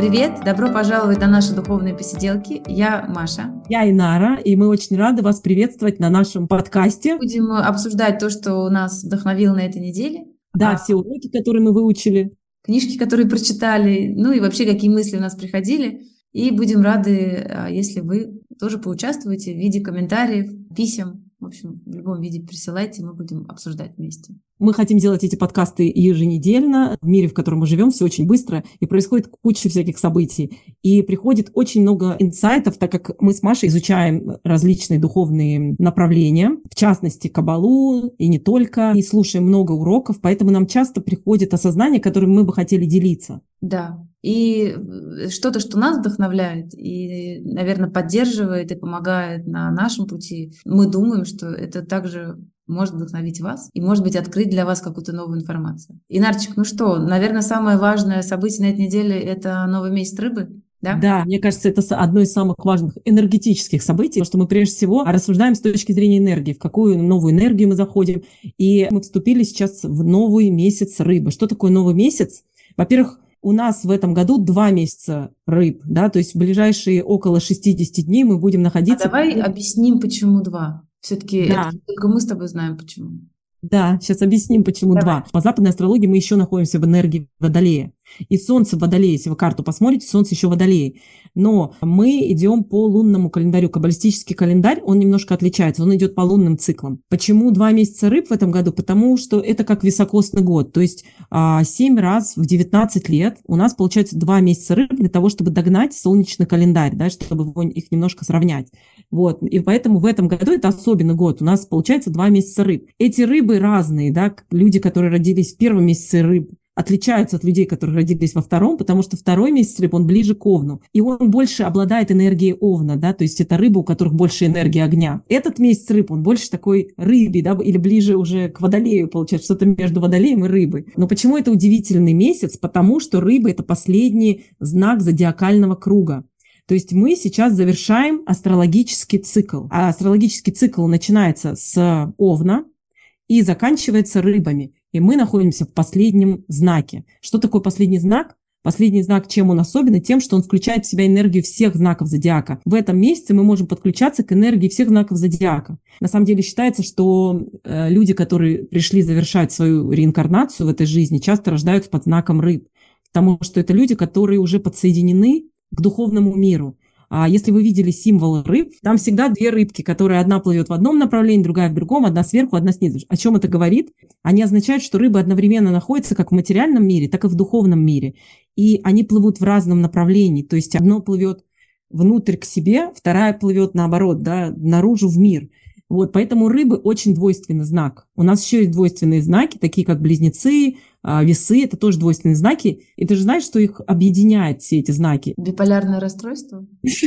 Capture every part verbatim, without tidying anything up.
привет! Добро пожаловать на наши духовные посиделки. Я Маша. Я Инара, и мы очень рады вас приветствовать на нашем подкасте. Будем обсуждать то, что нас вдохновило на этой неделе. Да, а, все уроки, которые мы выучили. Книжки, которые прочитали, ну и вообще какие мысли у нас приходили. И будем рады, если вы тоже поучаствуете в виде комментариев, писем. В общем, в любом виде присылайте, мы будем обсуждать вместе. Мы хотим делать эти подкасты еженедельно. В мире, в котором мы живем, все очень быстро, и происходит куча всяких событий. И приходит очень много инсайтов, так как мы с Машей изучаем различные духовные направления, в частности, каббалу, и не только, и слушаем много уроков, поэтому нам часто приходит осознание, которым мы бы хотели делиться. Да, и что-то, что нас вдохновляет и, наверное, поддерживает и помогает на нашем пути. Мы думаем, что это также может вдохновить вас и, может быть, открыть для вас какую-то новую информацию. Инарчик, ну что, наверное, самое важное событие на этой неделе – это новый месяц рыбы, да? Да, мне кажется, это одно из самых важных энергетических событий, потому что мы прежде всего рассуждаем с точки зрения энергии, в какую новую энергию мы заходим. И мы вступили сейчас в новый месяц рыбы. Что такое новый месяц? Во-первых, у нас в этом году два месяца рыб, да, то есть в ближайшие около шестьдесят дней мы будем находиться... А давай объясним, почему два. Все-таки да. это только мы с тобой знаем, почему. Да, сейчас объясним, почему Давай. два. По западной астрологии мы еще находимся в энергии Водолея. И Солнце в Водолее, если вы карту посмотрите, Солнце еще в Водолее. Но мы идем по лунному календарю. Каббалистический календарь, он немножко отличается, он идет по лунным циклам. Почему два месяца рыб в этом году? Потому что это как високосный год. То есть семь раз в девятнадцать лет у нас получается два месяца рыб для того, чтобы догнать солнечный календарь, да, чтобы их немножко сравнять. Вот. И поэтому в этом году это особенный год. У нас получается два месяца рыб. Эти рыбы разные, да, люди, которые родились в первом месяце рыб, отличаются от людей, которые родились во втором, потому что второй месяц рыб, он ближе к Овну. И он больше обладает энергией Овна, да, то есть это рыбы, у которых больше энергии огня. Этот месяц рыб, он больше такой рыбий, да, или ближе уже к Водолею, получается, что-то между Водолеем и рыбой. Но почему это удивительный месяц? Потому что рыба – это последний знак зодиакального круга. То есть мы сейчас завершаем астрологический цикл. А астрологический цикл начинается с Овна и заканчивается рыбами. И мы находимся в последнем знаке. Что такое последний знак? Последний знак, чем он особенный? Тем, что он включает в себя энергию всех знаков зодиака. В этом месяце мы можем подключаться к энергии всех знаков зодиака. На самом деле считается, что э, люди, которые пришли завершать свою реинкарнацию в этой жизни, часто рождаются под знаком рыб. Потому что это люди, которые уже подсоединены к духовному миру. А если вы видели символ рыб, там всегда две рыбки, которые одна плывет в одном направлении, другая в другом, одна сверху, одна снизу. О чем это говорит? Они означают, что рыбы одновременно находятся как в материальном мире, так и в духовном мире. И они плывут в разном направлении. То есть одно плывет внутрь к себе, вторая плывет наоборот, да, наружу в мир. Вот, поэтому рыбы очень двойственный знак. У нас еще есть двойственные знаки, такие как близнецы, весы, это тоже двойственные знаки. И ты же знаешь, что их объединяет, все эти знаки? Биполярное расстройство?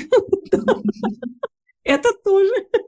Это тоже.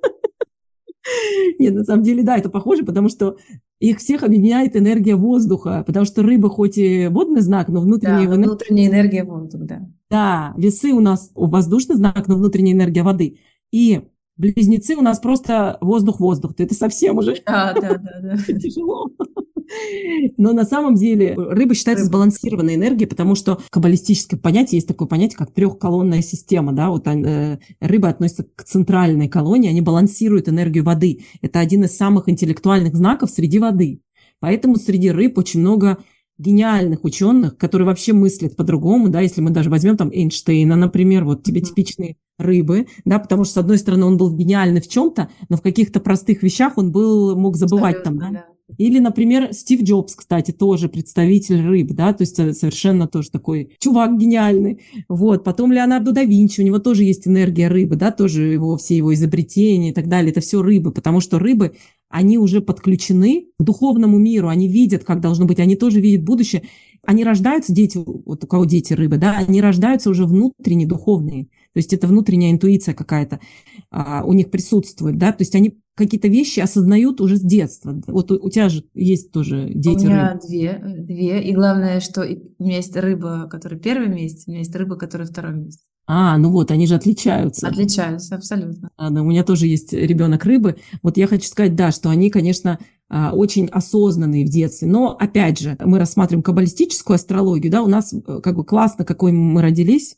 Нет, на самом деле, да, это похоже, потому что их всех объединяет энергия воздуха, потому что рыба хоть и водный знак, но внутренняя... Да, внутренняя энергия воздуха, да. Да, весы у нас воздушный знак, но внутренняя энергия воды. И близнецы у нас просто воздух-воздух. Это совсем уже да, да, да, да. тяжело. Но на самом деле рыба считается рыба. Сбалансированной энергией, потому что в каббалистическом понятии есть такое понятие, как трехколонная система. Да? Вот, э, рыба относится к центральной колонии, они балансируют энергию воды. Это один из самых интеллектуальных знаков среди воды. Поэтому среди рыб очень много гениальных ученых, которые вообще мыслят по-другому, да, если мы даже возьмем там Эйнштейна, например, вот тебе mm-hmm. типичные рыбы, да, потому что, с одной стороны, он был гениальный в чем-то, но в каких-то простых вещах он был, мог забывать Абсолютно, там, да. да. Или, например, Стив Джобс, кстати, тоже представитель рыб, да, то есть совершенно тоже такой чувак гениальный. Вот, потом Леонардо да Винчи, у него тоже есть энергия рыбы, да, тоже его, все его изобретения и так далее, это все рыбы, потому что рыбы, они уже подключены к духовному миру, они видят, как должно быть, они тоже видят будущее. Они рождаются, дети, вот у кого дети рыбы, да, они рождаются уже внутренне духовные, то есть это внутренняя интуиция какая-то а, у них присутствует, да, то есть они какие-то вещи осознают уже с детства. Вот у, у тебя же есть тоже дети рыбы. У меня рыбы. две, две, и главное, что у меня есть рыба, которая первый месяц, у меня есть рыба, которая второй месяц. А, ну вот, они же отличаются. Отличаются абсолютно. А, да, у меня тоже есть ребенок рыбы. Вот я хочу сказать, да, что они, конечно, а, очень осознанные в детстве. Но, опять же, мы рассматриваем каббалистическую астрологию, да, у нас э, как бы классно, какой мы родились,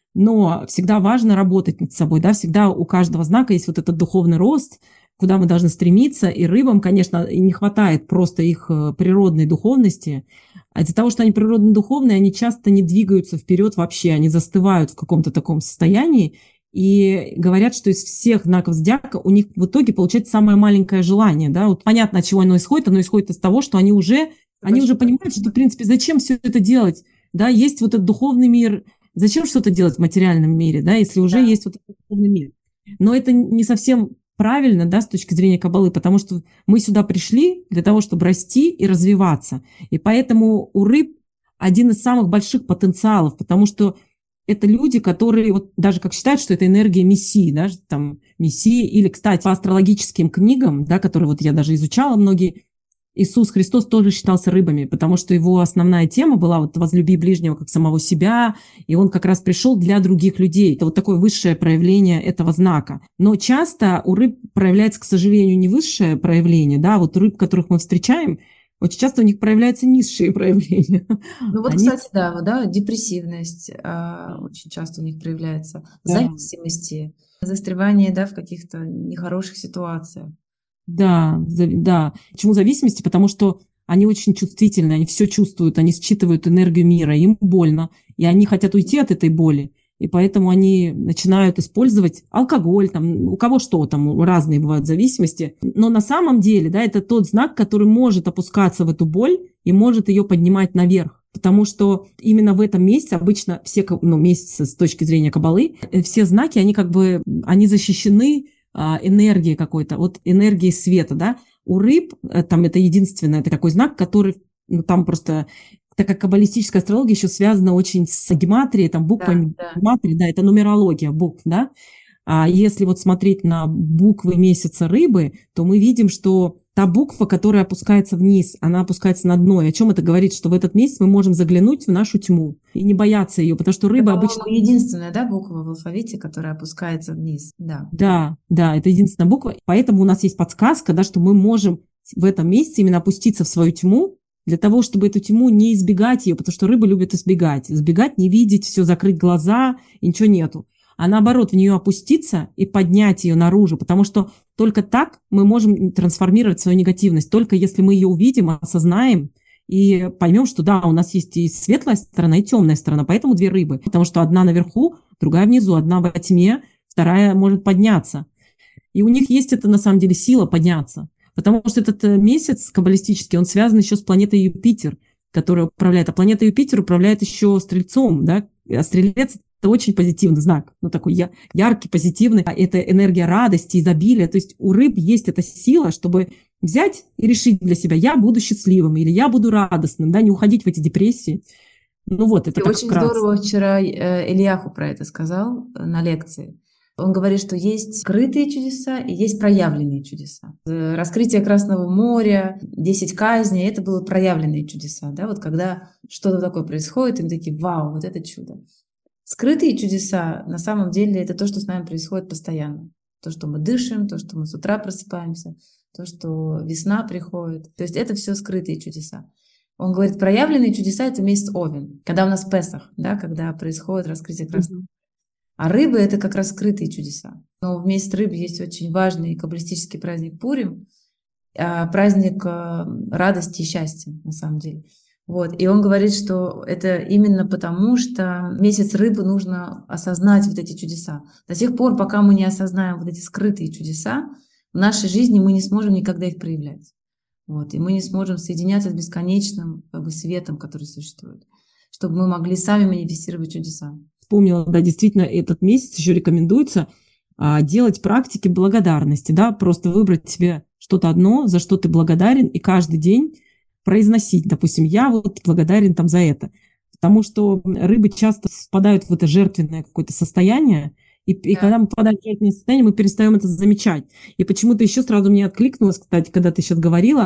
но всегда важно работать над собой, да, всегда у каждого знака есть вот этот духовный рост, куда мы должны стремиться, и рыбам, конечно, и не хватает просто их э, природной духовности. А из-за того, что они природно-духовные, они часто не двигаются вперед вообще, они застывают в каком-то таком состоянии, и говорят, что из всех знаков зодиака у них в итоге получается самое маленькое желание, да, вот понятно, от чего оно исходит, оно исходит из того, что они уже, они уже понимают, что, в принципе, зачем все это делать, да, есть вот этот духовный мир, зачем что-то делать в материальном мире, да, если уже Да. есть вот этот духовный мир. Но это не совсем правильно, да, с точки зрения каббалы, потому что мы сюда пришли для того, чтобы расти и развиваться. И поэтому у рыб один из самых больших потенциалов, потому что это люди, которые вот даже как считают, что это энергия Мессии, да, там Мессии, или, кстати, по астрологическим книгам, да, которые вот я даже изучала многие, Иисус Христос тоже считался рыбами, потому что его основная тема была вот «возлюби ближнего как самого себя», и он как раз пришел для других людей. Это вот такое высшее проявление этого знака. Но часто у рыб проявляется, к сожалению, не высшее проявление, да, вот рыб, которых мы встречаем, очень часто у них проявляются низшие проявления. Ну вот, Они... кстати, да, вот, да, депрессивность а, очень часто у них проявляется, Да. зависимости, застревание, да, в каких-то нехороших ситуациях. Да, да. Почему зависимости? Потому что они очень чувствительны, они все чувствуют, они считывают энергию мира, им больно, и они хотят уйти от этой боли, и поэтому они начинают использовать алкоголь, там, у кого что, там разные бывают зависимости. Но на самом деле, да, это тот знак, который может опускаться в эту боль и может ее поднимать наверх. Потому что именно в этом месяце, обычно все, ну, месяцы с точки зрения каббалы, все знаки, они как бы, они защищены энергии какой-то, вот энергии света, да. У рыб, там это единственный, это такой знак, который, ну, там просто, так как каббалистическая астрология еще связана очень с гематрией, там буквами Да, да. гематрии, да, это нумерология букв, да. А если вот смотреть на буквы месяца рыбы, то мы видим, что та буква, которая опускается вниз, она опускается на дно. И о чем это говорит? Что в этот месяц мы можем заглянуть в нашу тьму и не бояться ее, потому что рыба Это, обычно... единственная, да, буква в алфавите, которая опускается вниз. Да. Да, да, это единственная буква. Поэтому у нас есть подсказка, да, что мы можем в этом месяце именно опуститься в свою тьму, для того, чтобы эту тьму не избегать ее, потому что рыба любит избегать. Избегать, не видеть, все, закрыть глаза, и ничего нету. А наоборот, в нее опуститься и поднять ее наружу, потому что только так мы можем трансформировать свою негативность, только если мы ее увидим, осознаем и поймем, что да, у нас есть и светлая сторона, и темная сторона, поэтому две рыбы, потому что одна наверху, другая внизу, одна во тьме, вторая может подняться. И у них есть это на самом деле сила подняться, потому что этот месяц каббалистический, он связан еще с планетой Юпитер, которая управляет, а планета Юпитер управляет еще Стрельцом, да, а Стрелец – это очень позитивный знак, ну такой я, яркий, позитивный, это энергия радости, изобилия, то есть у рыб есть эта сила, чтобы взять и решить для себя, я буду счастливым или я буду радостным, да, не уходить в эти депрессии. Ну вот, это И так очень вкратце. здорово вчера Ильяху про это сказал на лекции. Он говорит, что есть скрытые чудеса и есть проявленные чудеса. Раскрытие Красного моря, десять казней – это были проявленные чудеса. Да? Вот когда что-то такое происходит, и мы такие, вау, вот это чудо. Скрытые чудеса, на самом деле, это то, что с нами происходит постоянно. То, что мы дышим, то, что мы с утра просыпаемся, то, что весна приходит. То есть это все скрытые чудеса. Он говорит, проявленные чудеса – это месяц Овен, когда у нас Песах, да, когда происходит раскрытие Красного моря. А рыбы – это как раз скрытые чудеса. Но в месяц рыб есть очень важный каббалистический праздник Пурим, праздник радости и счастья, на самом деле. Вот. И он говорит, что это именно потому, что месяц рыбы нужно осознать вот эти чудеса. До тех пор, пока мы не осознаем вот эти скрытые чудеса, в нашей жизни мы не сможем никогда их проявлять. Вот. И мы не сможем соединяться с бесконечным как бы, светом, который существует, чтобы мы могли сами манифестировать чудеса. Вспомнила, да, действительно, этот месяц еще рекомендуется а, делать практики благодарности, да, просто выбрать себе что-то одно, за что ты благодарен, и каждый день произносить, допустим, я вот благодарен там за это, потому что рыбы часто впадают в это жертвенное какое-то состояние, и, и да. Когда мы попадаем в жертвенное состояние, мы перестаем это замечать. И почему-то еще сразу мне откликнулось, кстати, когда ты сейчас говорила,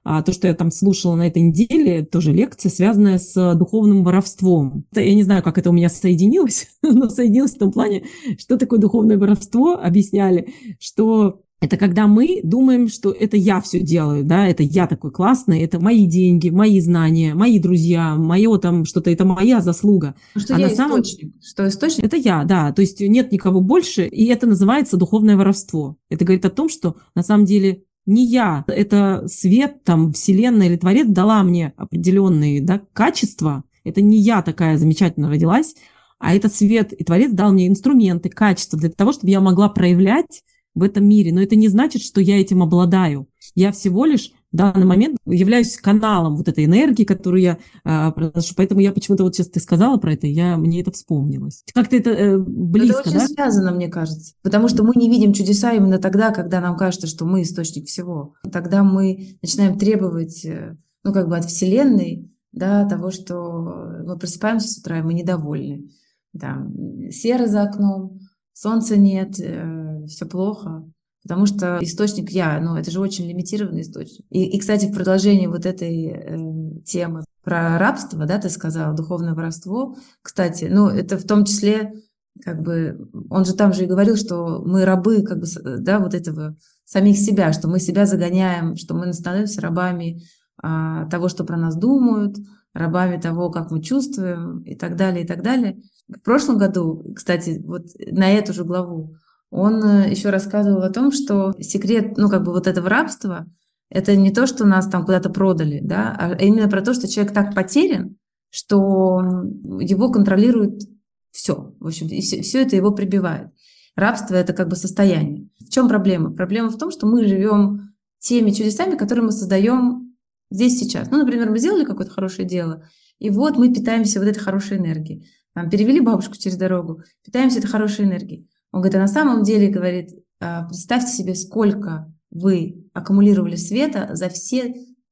а, то, что я там слушала на этой неделе, тоже лекция, связанная с духовным воровством. Я не знаю, как это у меня соединилось, но соединилось в том плане, что такое духовное воровство, объясняли, что это когда мы думаем, что это я все делаю, да, это я такой классный, это мои деньги, мои знания, мои друзья, мое там что-то, это моя заслуга. Ну, что а я на самом... источник, что источник. Это я, да, то есть нет никого больше, и это называется духовное воровство. Это говорит о том, что на самом деле не я, это свет, там, вселенная или творец дала мне определенные, да, качества, это не я такая замечательно родилась, а это свет и творец дал мне инструменты, качества для того, чтобы я могла проявлять в этом мире. Но это не значит, что я этим обладаю. Я всего лишь в данный момент являюсь каналом вот этой энергии, которую я э, проношу. Поэтому я почему-то вот сейчас ты сказала про это, я, мне это вспомнилось. Как-то это э, близко, это очень да? связано, мне кажется. Потому что мы не видим чудеса именно тогда, когда нам кажется, что мы источник всего. Тогда мы начинаем требовать, ну, как бы от Вселенной, да, того, что мы просыпаемся с утра, и мы недовольны. Там серо за окном, солнца нет, э, все плохо. Потому что источник я, ну, это же очень лимитированный источник. И, и кстати, в продолжении вот этой э, темы про рабство, да, ты сказала, духовное воровство, кстати, ну, это в том числе, как бы, он же там же и говорил, что мы рабы, как бы, да, вот этого, самих себя, что мы себя загоняем, что мы становимся рабами а, того, что про нас думают, рабами того, как мы чувствуем, и так далее, и так далее. В прошлом году, кстати, вот на эту же главу, он еще рассказывал о том, что секрет, ну, как бы вот этого рабства, это не то, что нас там куда-то продали, да, а именно про то, что человек так потерян, что его контролирует все. В общем, и все, все это его прибивает. Рабство – это как бы состояние. В чем проблема? Проблема в том, что мы живем теми чудесами, которые мы создаем здесь сейчас. Ну, например, мы сделали какое-то хорошее дело, и вот мы питаемся вот этой хорошей энергией. Там, перевели бабушку через дорогу, питаемся этой хорошей энергией. Он говорит, а на самом деле, говорит, представьте себе, сколько вы аккумулировали света за все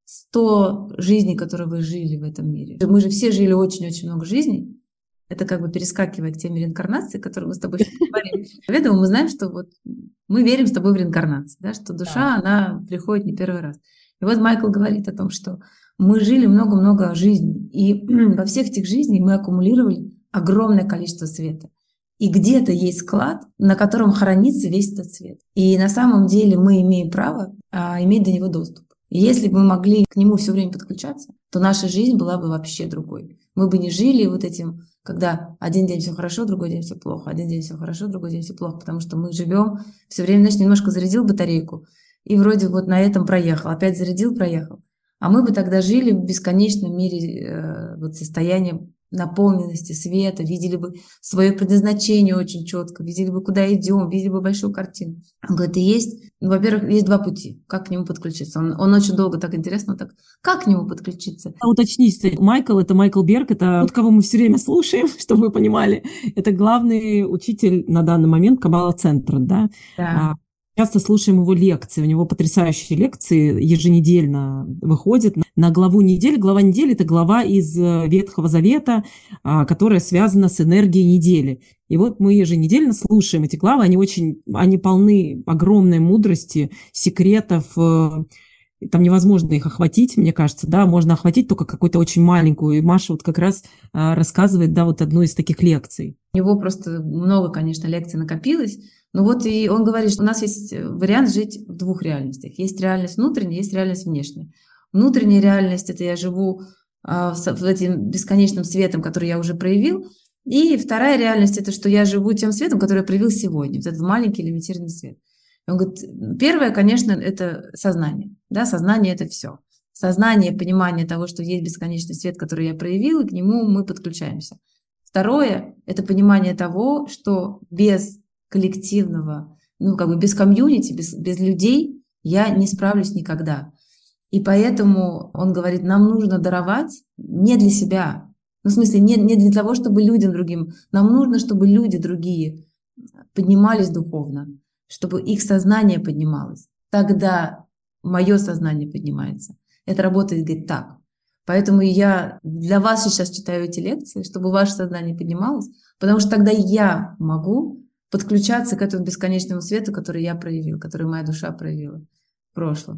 сто жизней, которые вы жили в этом мире. Мы же все жили очень-очень много жизней. Это как бы перескакивая к теме реинкарнации, о которой мы с тобой сейчас говорим. Поэтому мы знаем, что вот мы верим с тобой в реинкарнацию, да, что душа, да, она приходит не первый раз. И вот Майкл говорит о том, что мы жили много-много жизней, и во всех этих жизнях мы аккумулировали огромное количество света. И где-то есть склад, на котором хранится весь этот свет. И на самом деле мы имеем право а, иметь до него доступ. И если бы мы могли к нему все время подключаться, то наша жизнь была бы вообще другой. Мы бы не жили вот этим, когда один день все хорошо, другой день все плохо, один день все хорошо, другой день все плохо, потому что мы живем все время, значит, немножко зарядил батарейку, и вроде вот на этом проехал, опять зарядил, проехал. А мы бы тогда жили в бесконечном мире э, вот состояния наполненности света, видели бы свое предназначение очень четко, видели бы, куда идем, видели бы большую картину. Он говорит, и есть, ну, во-первых, есть два пути, как к нему подключиться. Он, он очень долго так интересно, так, как к нему подключиться? А уточните, Майкл, это Майкл Берг, это тот, кого мы все время слушаем, чтобы вы понимали. Это главный учитель на данный момент Каббала-центра, да? Да. Часто слушаем его лекции, у него потрясающие лекции еженедельно выходят. На главу недели, глава недели – это глава из Ветхого Завета, которая связана с энергией недели. И вот мы еженедельно слушаем эти главы, они очень, они полны огромной мудрости, секретов, там невозможно их охватить, мне кажется, да, можно охватить только какую-то очень маленькую. И Маша вот как раз рассказывает, да, вот одну из таких лекций. У него просто много, конечно, лекций накопилось. Ну вот и он говорит, что у нас есть вариант жить в двух реальностях. Есть реальность внутренняя, есть реальность внешняя. Внутренняя реальность – это я живу а, с, с этим бесконечным светом, который я уже проявил. И вторая реальность – это что я живу тем светом, который я проявил сегодня. Вот этот маленький лимитированный свет. И он говорит, первое, конечно, это сознание. Да, сознание – это все. Сознание, понимание того, что есть бесконечный свет, который я проявил, и к нему мы подключаемся. Второе – это понимание того, что без коллективного, ну, как бы без комьюнити, без, без людей я не справлюсь никогда. И поэтому он говорит, нам нужно даровать не для себя, ну, в смысле, не, не для того, чтобы людям другим, нам нужно, чтобы люди другие поднимались духовно, чтобы их сознание поднималось. Тогда мое сознание поднимается. Это работает, говорит, так. Поэтому я для вас сейчас читаю эти лекции, чтобы ваше сознание поднималось, потому что тогда я могу подключаться к этому бесконечному свету, который я проявил, который моя душа проявила в прошлом.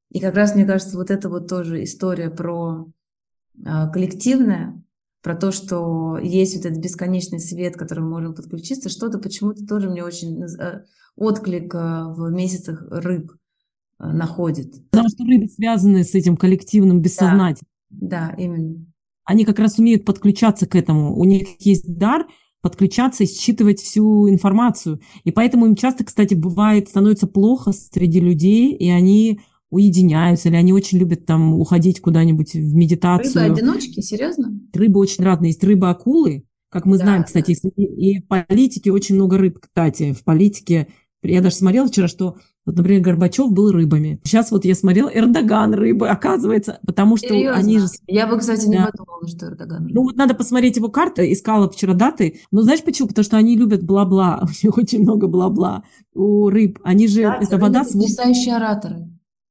И как раз, мне кажется, вот это вот тоже история про а, коллективное, про то, что есть вот этот бесконечный свет, к которому можно подключиться, что-то почему-то тоже мне очень а, отклик а, в месяцах рыб а, находит. Потому что рыбы связаны с этим коллективным Да, бессознательным. да, именно. Они как раз умеют подключаться к этому. У них есть дар подключаться и считывать всю информацию. И поэтому им часто, кстати, бывает, становится плохо среди людей, и они уединяются, или они очень любят там уходить куда-нибудь в медитацию. Рыбы-одиночки, серьезно? Рыбы очень разные. Есть рыбы-акулы, как мы знаем, Да, кстати, да. и в политике очень много рыб, кстати. В политике, я даже смотрела вчера, что, вот, например, Горбачев был рыбами. Сейчас вот я смотрела, Эрдоган рыбы, оказывается, потому что они же... Серьезно? Я бы, кстати, не Да. подумала, что Эрдоган Ну вот надо посмотреть его карты, искала вчера даты. Но знаешь почему? Потому что они любят бла-бла, у них очень много бла-бла у рыб. Они же, Да, это вода с... потрясающие ораторы.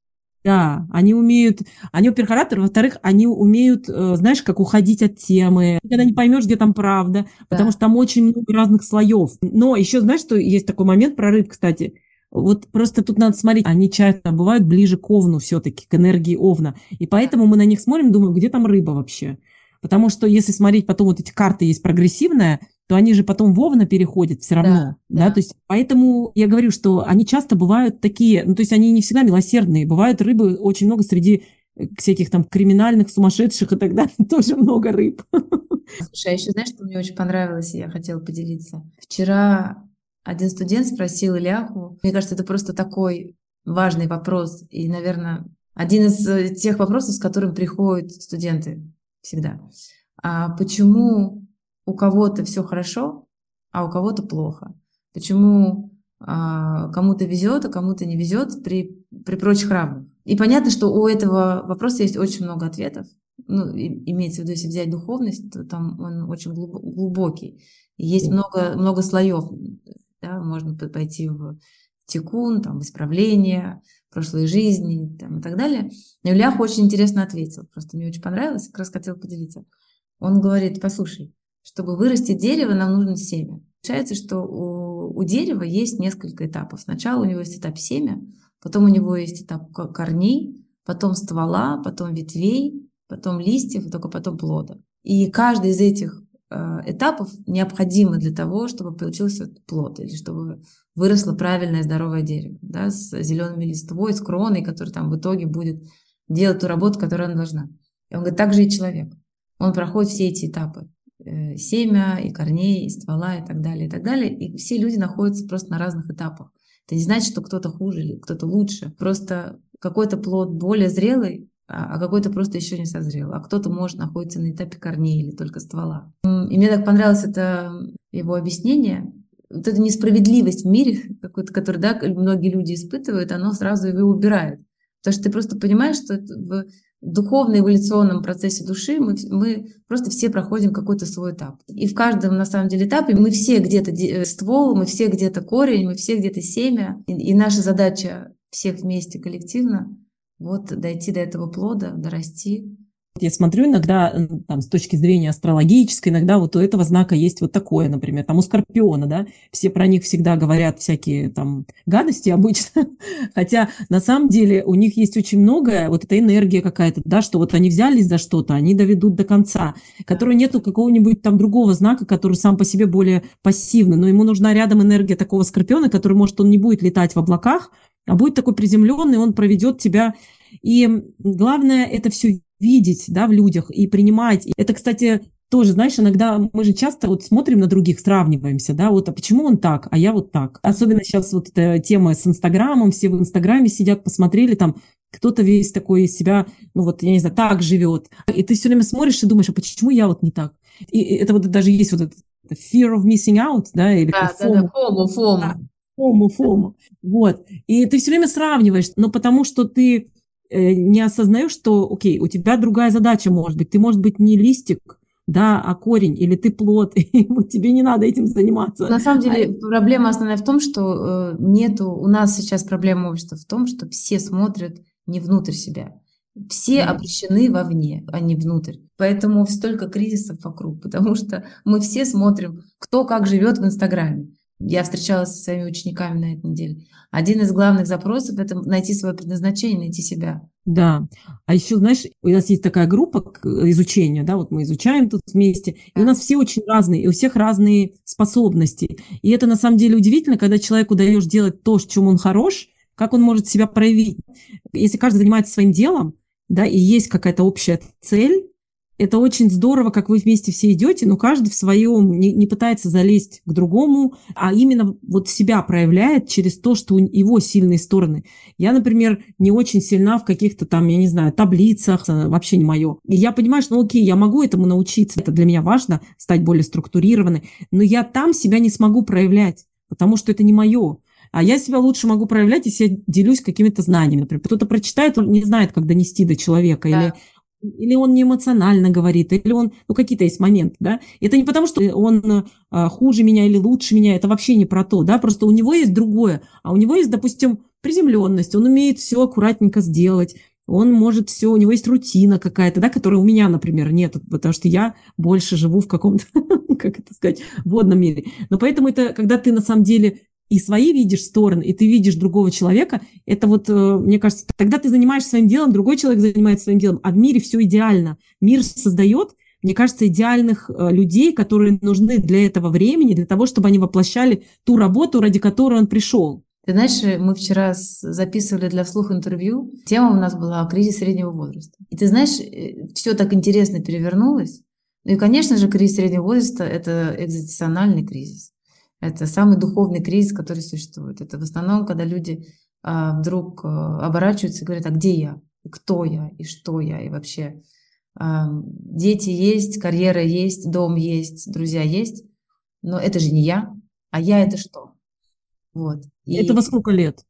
Да, они умеют, они, во-первых, ораторы, во-вторых, они умеют, э, знаешь, как уходить от темы. Никогда не поймешь, где там правда, потому Да. что там очень много разных слоев. Но еще, знаешь, что есть такой момент про рыб, кстати. Вот просто тут надо смотреть, они часто бывают ближе к Овну все-таки, к энергии Овна. И поэтому мы на них смотрим, думаем, где там рыба вообще? Потому что если смотреть потом, вот эти карты есть прогрессивная, то они же потом в Овна переходят все равно. Да, Да, да. то есть поэтому я говорю, что они часто бывают такие, ну то есть они не всегда милосердные. Бывают рыбы очень много среди всяких там криминальных, сумасшедших и так далее. Тоже много рыб. Слушай, а еще знаешь, что мне очень понравилось, и я хотела поделиться? Вчера один студент спросил Ильяху, мне кажется, это просто такой важный вопрос, и, наверное, один из э, тех вопросов, с которым приходят студенты всегда. А почему у кого-то все хорошо, а у кого-то плохо? Почему а, кому-то везет, а кому-то не везет при, при прочих равных? И понятно, что у этого вопроса есть очень много ответов. Ну, и- имеется в виду, если взять духовность, то там он очень глубо- глубокий. И есть много, много слоев. Да? Можно п- пойти в тикун, там, в исправление прошлой жизни там, и так далее. Но Ильях очень интересно ответил. Просто мне очень понравилось, как раз хотела поделиться. Он говорит, послушай, чтобы вырастить дерево, нам нужно семя. Получается, что у, у дерева есть несколько этапов. Сначала у него есть этап семя, потом у него есть этап ко- корней, потом ствола, потом ветвей, потом листьев, и только потом плода. И каждый из этих э, этапов необходимы для того, чтобы получился плод, или чтобы выросло правильное здоровое дерево, да, с зелеными листвой, с кроной, которая там в итоге будет делать ту работу, которую она должна. И он говорит, так же и человек. Он проходит все эти этапы. Э, Семя, и корней, и ствола, и так далее, и так далее. И все люди находятся просто на разных этапах. Это не значит, что кто-то хуже или кто-то лучше. Просто какой-то плод более зрелый, а а какой-то просто еще не созрел. А кто-то, может, находиться на этапе корней или только ствола. М, И мне так понравилось это его объяснение. Вот эта несправедливость в мире, какой-то, которую, да, многие люди испытывают, оно сразу его убирает. Потому что ты просто понимаешь, что это в духовно-эволюционном процессе души мы, вс- мы просто все проходим какой-то свой этап. И в каждом, на самом деле, этапе мы все где-то де- э, ствол, мы все где-то корень, мы все где-то семя. И, и наша задача всех вместе коллективно вот дойти до этого плода, дорасти. Я смотрю иногда, м, там, с точки зрения астрологической, иногда вот у этого знака есть вот такое, например, там у Скорпиона, да, все про них всегда говорят всякие там гадости обычно, хотя на самом деле у них есть очень многое, вот эта энергия какая-то, да, что вот они взялись за что-то, они доведут до конца, которой нету какого-нибудь там другого знака, который сам по себе более пассивный, но ему нужна рядом энергия такого Скорпиона, который, может, он не будет летать в облаках, а будет такой приземленный, он проведет тебя. И главное это все видеть, да, в людях и принимать. И это, кстати, тоже, знаешь, иногда мы же часто вот смотрим на других, сравниваемся, да, вот, а почему он так, а я вот так. Особенно сейчас вот эта тема с Инстаграмом, все в Инстаграме сидят, посмотрели там, кто-то весь такой из себя, ну вот, я не знаю, так живет. И ты все время смотришь и думаешь, а почему я вот не так? И это вот даже есть вот этот fear of missing out, да, или Да, как да, да, FOMO. фому, Да, фому. фому, фому. Вот. И ты все время сравниваешь, но потому что ты э, не осознаешь, что, окей, у тебя другая задача может быть. Ты, может быть, не листик, да, а корень, или ты плод, и вот тебе не надо этим заниматься. На самом А деле проблема основная в том, что э, нету, у нас сейчас проблема общества в том, что все смотрят не внутрь себя. Все Мгм. обращены вовне, а не внутрь. Поэтому столько кризисов вокруг, потому что мы все смотрим, кто как живет в Инстаграме. Я встречалась со своими учениками на этой неделе. Один из главных запросов — это найти свое предназначение, найти себя. Да. А еще, знаешь, у нас есть такая группа к изучению, да, вот мы изучаем тут вместе, и у Да. нас все очень разные, и у всех разные способности. И это на самом деле удивительно, когда человеку даешь делать то, в чем он хорош, как он может себя проявить. Если каждый занимается своим делом, да, и есть какая-то общая цель, это очень здорово, как вы вместе все идете, но каждый в своем не, не пытается залезть к другому, а именно вот себя проявляет через то, что у его сильные стороны. Я, например, не очень сильна в каких-то там, я не знаю, таблицах, вообще не мое. И я понимаю, что, ну окей, я могу этому научиться, это для меня важно, стать более структурированной, но я там себя не смогу проявлять, потому что это не мое. А я себя лучше могу проявлять, если я делюсь какими-то знаниями. Например, кто-то прочитает, он не знает, как донести до человека, или Да. или он не эмоционально говорит, или он, ну, какие-то есть моменты, да. Это не потому, что он а, хуже меня или лучше меня, это вообще не про то, да, просто у него есть другое, а у него есть, допустим, приземленность, он умеет все аккуратненько сделать, он может все, у него есть рутина какая-то, да, которой у меня, например, нет, потому что я больше живу в каком-то, как это сказать, водном мире. Но поэтому это, когда ты на самом деле и свои видишь стороны, и ты видишь другого человека, это вот, мне кажется, тогда ты занимаешься своим делом, другой человек занимается своим делом, а в мире все идеально. Мир создает, мне кажется, идеальных людей, которые нужны для этого времени, для того, чтобы они воплощали ту работу, ради которой он пришел. Ты знаешь, мы вчера записывали для вслух интервью. Тема у нас была «Кризис среднего возраста». И ты знаешь, все так интересно перевернулось. Ну и, конечно же, кризис среднего возраста – это экзистенциальный кризис. Это самый духовный кризис, который существует. Это в основном, когда люди а, вдруг а, оборачиваются и говорят: а где я? И кто я? И что я? И вообще а, дети есть, карьера есть, дом есть, друзья есть. Но это же не я. А я — это что? Вот. Это во И сколько лет?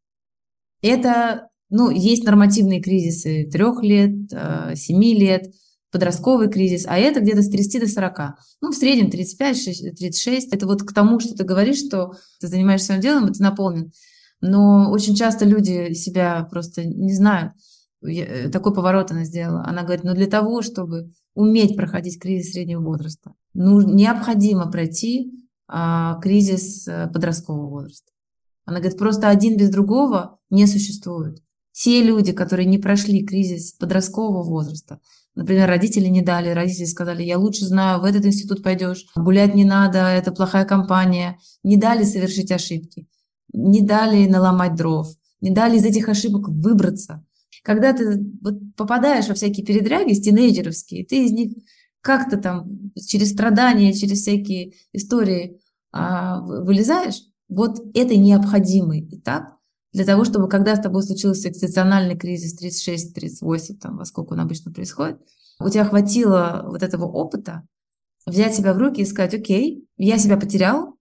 это, ну, есть нормативные кризисы трех лет, семи лет, подростковый кризис, а это где-то с тридцати до сорока. Ну, в среднем тридцать пять тридцать шесть. Это вот к тому, что ты говоришь, что ты занимаешься своим делом, и ты наполнен. Но очень часто люди себя просто не знают. Я, такой поворот она сделала. Она говорит, ну, для того, чтобы уметь проходить кризис среднего возраста, ну, необходимо пройти а, кризис подросткового возраста. Она говорит, просто один без другого не существует. Те люди, которые не прошли кризис подросткового возраста, например, родители не дали, родители сказали, я лучше знаю, в этот институт пойдешь, гулять не надо, это плохая компания, не дали совершить ошибки, не дали наломать дров, не дали из этих ошибок выбраться. Когда ты вот попадаешь во всякие передряги тинейджеровские, ты из них как-то там через страдания, через всякие истории а, вылезаешь, вот это необходимый этап для того, чтобы, когда с тобой случился экзистенциальный кризис тридцать шесть тридцать восемь, там, во сколько он обычно происходит, у тебя хватило вот этого опыта взять себя в руки и сказать, окей, я себя потерял,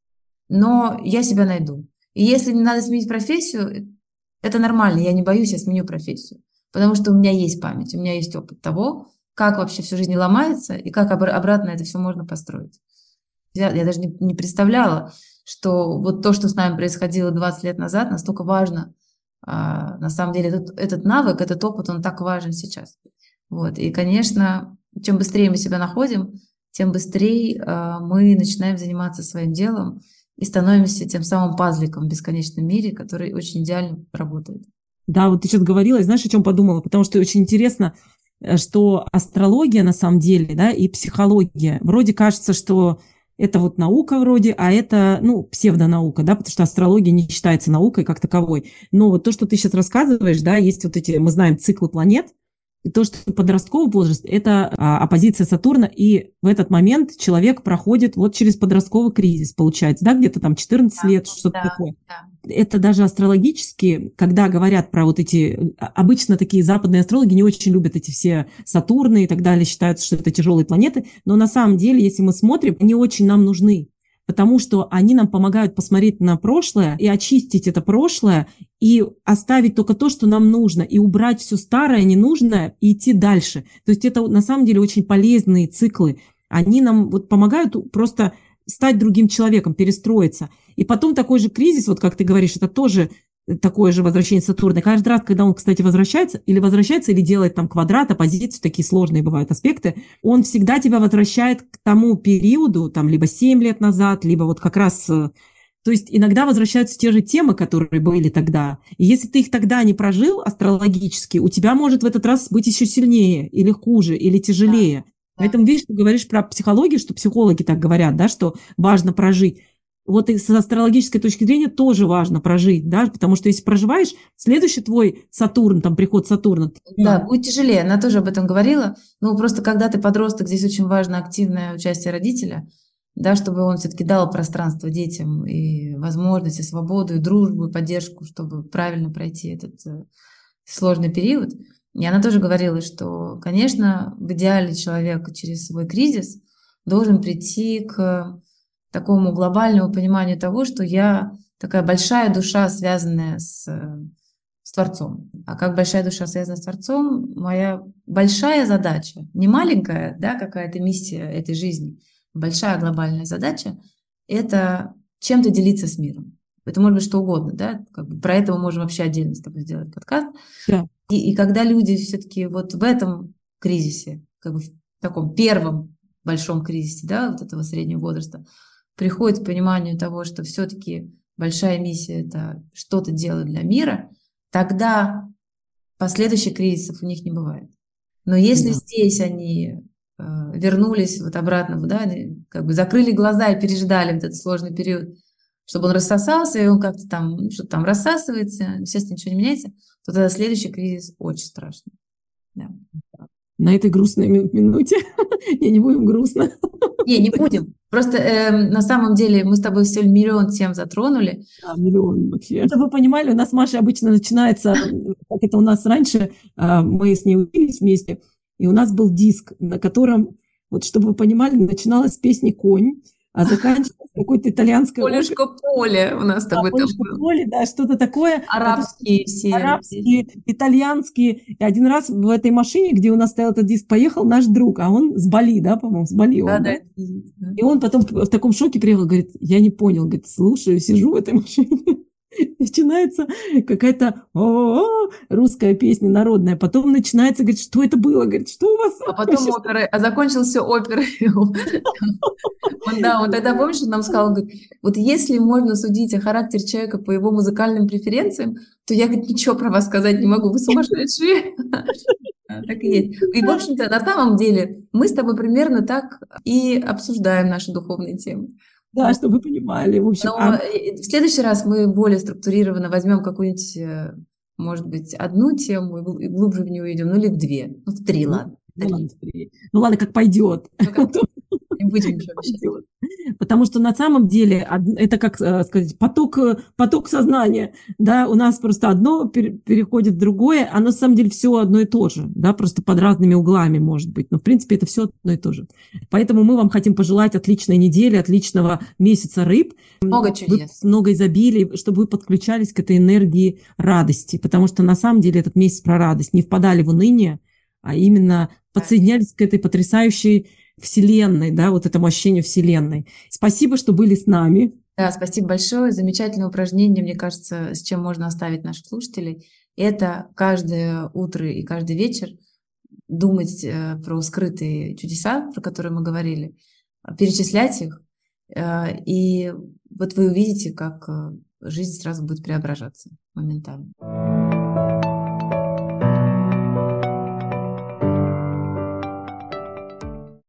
но я себя найду. И если мне надо сменить профессию, это нормально, я не боюсь, я сменю профессию, потому что у меня есть память, у меня есть опыт того, как вообще всю жизнь ломается и как обратно это все можно построить. Я, я даже не, не представляла, что вот то, что с нами происходило двадцать лет назад, настолько важно. А, на самом деле этот, этот навык, этот опыт, он так важен сейчас. Вот. И, конечно, чем быстрее мы себя находим, тем быстрее а, мы начинаем заниматься своим делом и становимся тем самым пазликом в бесконечном мире, который очень идеально работает. Да, вот ты сейчас говорила, и знаешь, о чем подумала? Потому что очень интересно, что астрология на самом деле, да, и психология, вроде кажется, что это вот наука вроде, а это, ну, псевдонаука, да, потому что астрология не считается наукой как таковой. Но вот то, что ты сейчас рассказываешь, да, есть вот эти, мы знаем, циклы планет, и то, что подростковый возраст – это а, оппозиция Сатурна, и в этот момент человек проходит вот через подростковый кризис, получается, да, где-то там четырнадцать Да, лет, что-то да, такое. да. Это даже астрологически, когда говорят про вот эти, обычно такие западные астрологи не очень любят эти все Сатурны и так далее, считаются, что это тяжелые планеты, но на самом деле, если мы смотрим, они очень нам нужны, потому что они нам помогают посмотреть на прошлое и очистить это прошлое, и оставить только то, что нам нужно, и убрать все старое, ненужное, и идти дальше. То есть это на самом деле очень полезные циклы. Они нам вот помогают просто стать другим человеком, перестроиться. И потом такой же кризис, вот как ты говоришь, это тоже такое же возвращение Сатурна. Каждый раз, когда он, кстати, возвращается, или возвращается, или делает там квадрат, оппозицию, такие сложные бывают аспекты, он всегда тебя возвращает к тому периоду, там, либо семь лет назад, либо вот как раз То есть иногда возвращаются те же темы, которые были тогда. И если ты их тогда не прожил астрологически, у тебя может в этот раз быть еще сильнее, или хуже, или тяжелее. Да. Поэтому, видишь, ты говоришь про психологию, что психологи так говорят, да, что важно прожить. Вот и с астрологической точки зрения тоже важно прожить, да, потому что если проживаешь, следующий твой Сатурн, там приход Сатурна. Да, будет тяжелее, она тоже об этом говорила. Ну, просто когда ты подросток, здесь очень важно активное участие родителя, да, чтобы он все-таки дал пространство детям и возможность, и свободу, и дружбу, и поддержку, чтобы правильно пройти этот э, сложный период. И она тоже говорила, что, конечно, в идеале человек через свой кризис должен прийти к такому глобальному пониманию того, что я такая большая душа, связанная с, с Творцом. А как большая душа связана с Творцом, моя большая задача, не маленькая, да, какая-то миссия этой жизни, большая глобальная задача — это чем-то делиться с миром. Это может быть что угодно, да, как бы про это мы можем вообще отдельно с тобой сделать подкаст. Да. И, и когда люди все-таки вот в этом кризисе, как бы в таком первом большом кризисе, да, вот этого среднего возраста, приходит к пониманию того, что все-таки большая миссия — это что-то делать для мира, тогда последующих кризисов у них не бывает. Но если да. здесь они э, вернулись вот обратно, да, как бы закрыли глаза и переждали вот этот сложный период, чтобы он рассосался, и он как-то там, ну, что-то там рассасывается, естественно, ничего не меняется, то тогда следующий кризис очень страшный. Да. На этой грустной минуте не, не будем грустно. Не, не будем. Просто э, на самом деле мы с тобой все миллион тем затронули. Да, миллион вообще. Чтобы вы понимали, у нас с Машей обычно начинается, как это у нас раньше, мы с ней учились вместе, и у нас был диск, на котором, вот чтобы вы понимали, начиналась с песни «Конь», а заканчивалась какой-то итальянской... Полюшко поле у нас с тобой да, там было. Поле, да, что-то такое. Арабские все. Арабские, итальянские. И один раз в этой машине, где у нас стоял этот диск, поехал наш друг, а он с Бали, да, по-моему, с Бали. Да, он, да, да? Да. И он потом в таком шоке приехал, говорит, я не понял, говорит, слушаю, сижу в этой машине. Начинается какая-то о-о-о, русская песня народная. Потом начинается, говорит, что это было? Говорит, что у вас? А потом опера, а закончился оперой. Он, да, он тогда, помнишь, он нам сказал, он говорит, вот если можно судить о характере человека по его музыкальным преференциям, то я, говорит, ничего про вас сказать не могу, вы сумасшедшие. Так и есть. И, в общем-то, на самом деле мы с тобой примерно так и обсуждаем наши духовные темы. Да, но, чтобы вы понимали. В общем, но а... в следующий раз мы более структурированно возьмем какую-нибудь, может быть, одну тему и глубже в нее идем, ну или в две, ну в три, ну, ладно. Ну ладно, ну ладно, как пойдет. Ну, как... Не будем ничего обещать. Потому что на самом деле это, как сказать, поток, поток сознания. Да? У нас просто одно переходит в другое, а на самом деле все одно и то же. Да? Просто под разными углами, может быть. Но в принципе это все одно и то же. Поэтому мы вам хотим пожелать отличной недели, отличного месяца рыб. Много чудес. Много изобилий, чтобы вы подключались к этой энергии радости. Потому что на самом деле этот месяц про радость. Не впадали в уныние, а именно подсоединялись к этой потрясающей Вселенной, да, вот этому ощущению Вселенной. Спасибо, что были с нами. Да, спасибо большое. Замечательное упражнение, мне кажется, с чем можно оставить наших слушателей. Это каждое утро и каждый вечер думать э, про скрытые чудеса, про которые мы говорили, перечислять их, э, и вот вы увидите, как жизнь сразу будет преображаться моментально.